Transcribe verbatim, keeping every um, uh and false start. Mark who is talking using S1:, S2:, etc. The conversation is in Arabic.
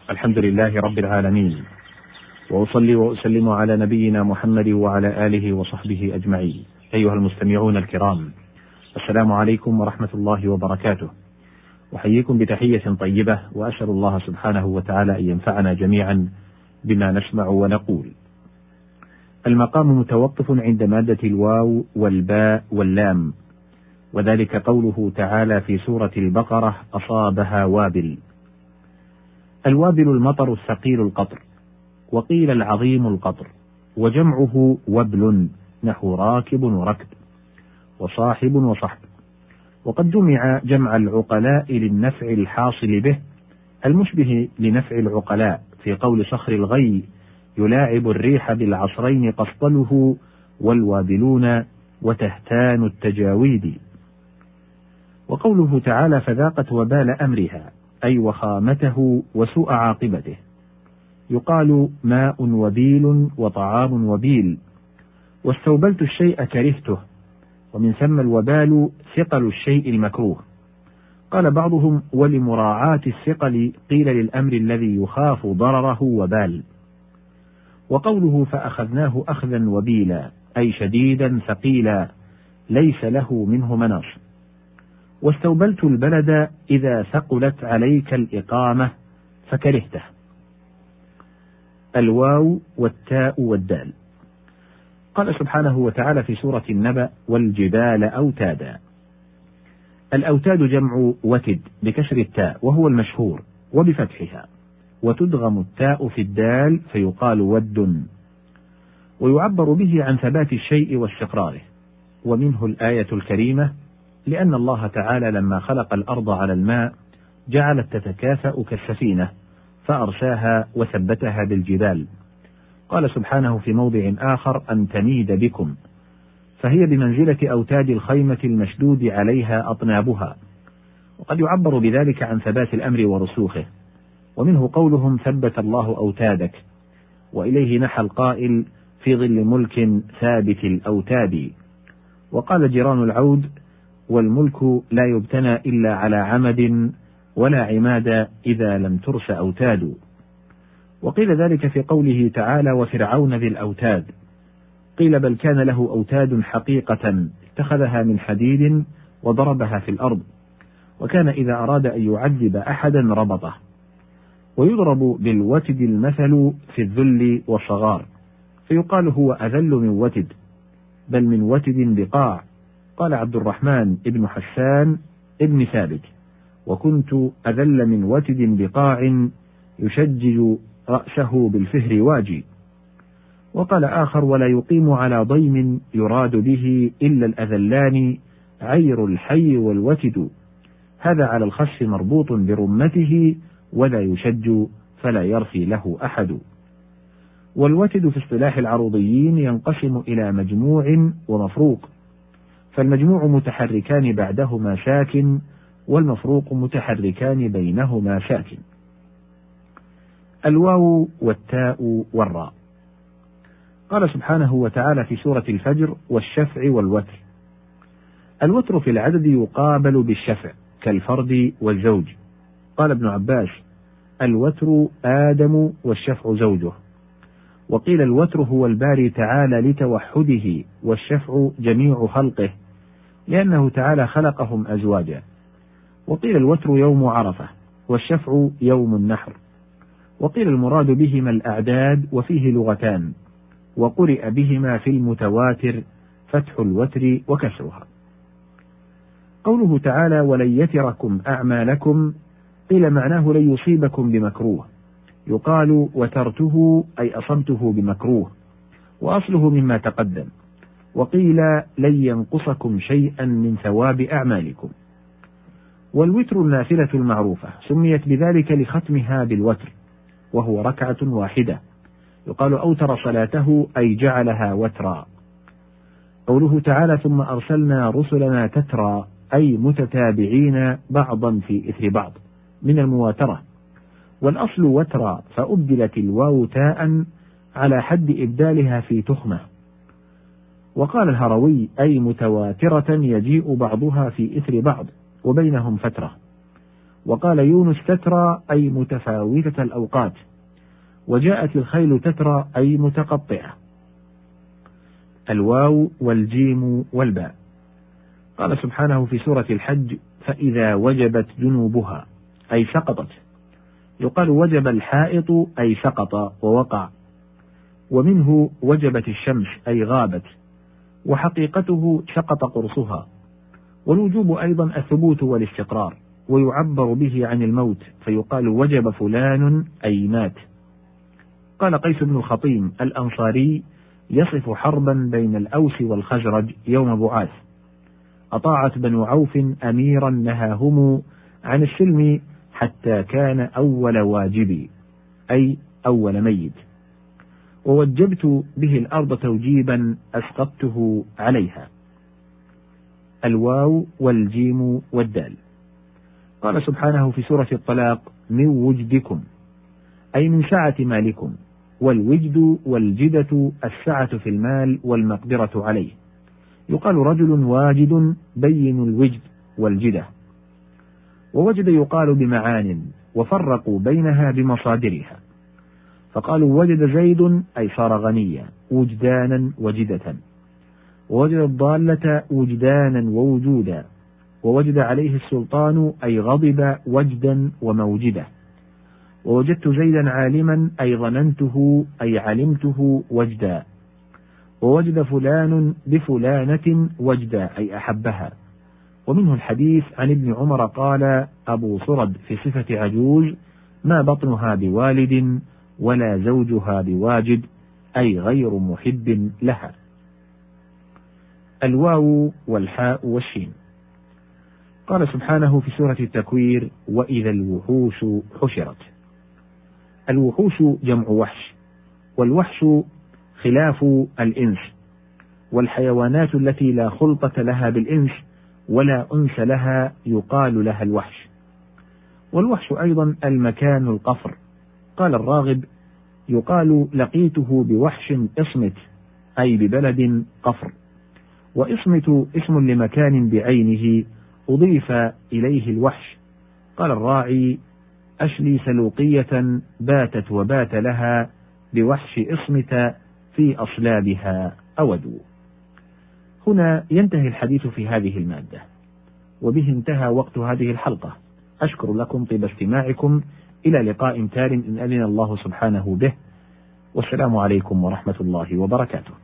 S1: الحمد لله رب العالمين، وأصلي وأسلم على نبينا محمد وعلى آله وصحبه أجمعين. أيها المستمعون الكرام، السلام عليكم ورحمة الله وبركاته. أحييكم بتحية طيبة، وأسأل الله سبحانه وتعالى أن ينفعنا جميعا بما نسمع ونقول. المقام متوقف عند مادة الواو والباء واللام، وذلك قوله تعالى في سورة البقرة: أصابها وابل. الوابل المطر الثقيل القطر، وقيل العظيم القطر، وجمعه وبل نحو راكب وركب وصاحب وصحب. وقد جمع جمع العقلاء للنفع الحاصل به المشبه لنفع العقلاء في قول صخر الغي: يلاعب الريح بالعصرين قسطله والوابلون وتهتان التجاويد. وقوله تعالى: فذاقت وبال أمرها، أي وخامته وسوء عاقبته. يقال ماء وبيل وطعام وبيل، واستوبلت الشيء كرهته، ومن ثم الوبال ثقل الشيء المكروه. قال بعضهم: ولمراعاة الثقل قيل للأمر الذي يخاف ضرره وبال. وقوله: فأخذناه أخذا وبيلا، أي شديدا ثقيلا ليس له منه مناص. واستوبلت البلد إذا ثقلت عليك الإقامة فكرهته. الواو والتاء والدال. قال سبحانه وتعالى في سورة النبأ: والجبال أوتادا. الأوتاد جمع وتد بكسر التاء، وهو المشهور، وبفتحها، وتدغم التاء في الدال فيقال ود. ويعبر به عن ثبات الشيء واستقراره. ومنه الآية الكريمة: لأن الله تعالى لما خلق الأرض على الماء جعلت تتكافأ كالسفينة فأرساها وثبتها بالجبال. قال سبحانه في موضع آخر: أن تميد بكم، فهي بمنزلة أوتاد الخيمة المشدود عليها أطنابها. وقد يعبر بذلك عن ثبات الأمر ورسوخه. ومنه قولهم: ثبت الله أوتادك. وإليه نحى القائل: في ظل ملك ثابت الأوتاد. وقال جيران العود: والملك لا يبتنى إلا على عمد، ولا عماد إذا لم ترس أوتاد. وقيل ذلك في قوله تعالى: وفرعون ذي الأوتاد. قيل: بل كان له أوتاد حقيقة اتخذها من حديد وضربها في الأرض، وكان إذا أراد أن يعذب أحدا ربطه. ويضرب بالوتد المثل في الذل والصغار، فيقال: هو أذل من وتد، بل من وتد بقاع. قال عبد الرحمن ابن حسان ابن ثابت: وكنت أذل من وتد بقاع يشجج رأسه بالفهر واجي. وقال آخر: ولا يقيم على ضيم يراد به إلا الأذلان عير الحي والوتد. هذا على الخس مربوط برمته، ولا يشج فلا يرثي له أحد. والوتد في اصطلاح العروضيين ينقسم إلى مجموع ومفروق، فالمجموع متحركان بعدهما ساكن، والمفروق متحركان بينهما ساكن. الواو والتاء والراء. قال سبحانه وتعالى في سورة الفجر: والشفع والوتر. الوتر في العدد يقابل بالشفع كالفرد والزوج. قال ابن عباس: الوتر آدم والشفع زوجه. وقيل: الوتر هو الباري تعالى لتوحده، والشفع جميع خلقه، لأنه تعالى خلقهم أزواجا. وقيل: الوتر يوم عرفة، والشفع يوم النحر. وقيل: المراد بهما الأعداد، وفيه لغتان، وقرئ بهما في المتواتر فتح الوتر وكسرها. قوله تعالى: ولن يتركم أعمالكم، قيل معناه لن يصيبكم بمكروه. يقال: وترته أي أصبته بمكروه، وأصله مما تقدم. وقيل: لن ينقصكم شيئا من ثواب أعمالكم. والوتر النافلة المعروفة سميت بذلك لختمها بالوتر، وهو ركعة واحدة. يقال: أوتر صلاته أي جعلها وترا. قوله تعالى: ثم أرسلنا رسلنا تترى، أي متتابعين بعضا في إثر بعض، من المواترة. والأصل وترا، فأبدلت الواو تاء على حد إبدالها في تخمة. وقال الهروي: أي متواترة يجيء بعضها في إثر بعض وبينهم فترة. وقال يونس تترى أي متفاوتة الأوقات، وجاءت الخيل تترى أي متقطعة. الواو والجيم والباء. قال سبحانه في سورة الحج فإذا وجبت جنوبها أي سقطت. يقال وجب الحائط أي سقط ووقع، ومنه وجبت الشمس أي غابت، وحقيقته سقط قرصها. والوجوب أيضا الثبوت والاستقرار، ويعبر به عن الموت فيقال وجب فلان أي مات. قال قيس بن الخطيم الأنصاري يصف حربا بين الأوس والخزرج يوم بعاث، أطاعت بنو عوف أميرا نهاهم عن السلم حتى كان أول واجبي أي أول ميت، ووجبت به الأرض توجيبا أسقطته عليها. الواو والجيم والدال. قال سبحانه في سورة الطلاق من وجدكم أي من سعة مالكم، والوجد والجدة السعة في المال والمقدرة عليه. يقال رجل واجد بين الوجد والجدة. ووجد يقال بمعان، وفرقوا بينها بمصادرها، فقالوا وجد زيد أي صار غنيا وجدانا وجدة، ووجد الضالة وجدانا ووجودا، ووجد عليه السلطان أي غضب وجدا وموجدة، ووجدت زيدا عالما أي ظننته أي علمته وجدا، ووجد فلان بفلانة وجدا أي أحبها. ومنه الحديث عن ابن عمر قال أبو صرد في صفة عجوز ما بطنها بوالد ولا زوجها بواجد أي غير محب لها. الواو والحاء والشين. قال سبحانه في سورة التكوير وإذا الوحوش حشرت. الوحوش جمع وحش، والوحش خلاف الإنس، والحيوانات التي لا خلطة لها بالإنس ولا أنس لها يقال لها الوحش. والوحش أيضا المكان القفر. قال الراغب يقال لقيته بوحش إصمت أي ببلد قفر. وإصمت اسم لمكان بعينه أضيف إليه الوحش. قال الراعي أشلي سلوقية باتت وبات لها بوحش إصمت في أصلابها أودوا. هنا ينتهي الحديث في هذه المادة، وبه انتهى وقت هذه الحلقة. أشكر لكم طيب استماعكم، إلى لقاء تال إن أذن الله سبحانه به، والسلام عليكم ورحمة الله وبركاته.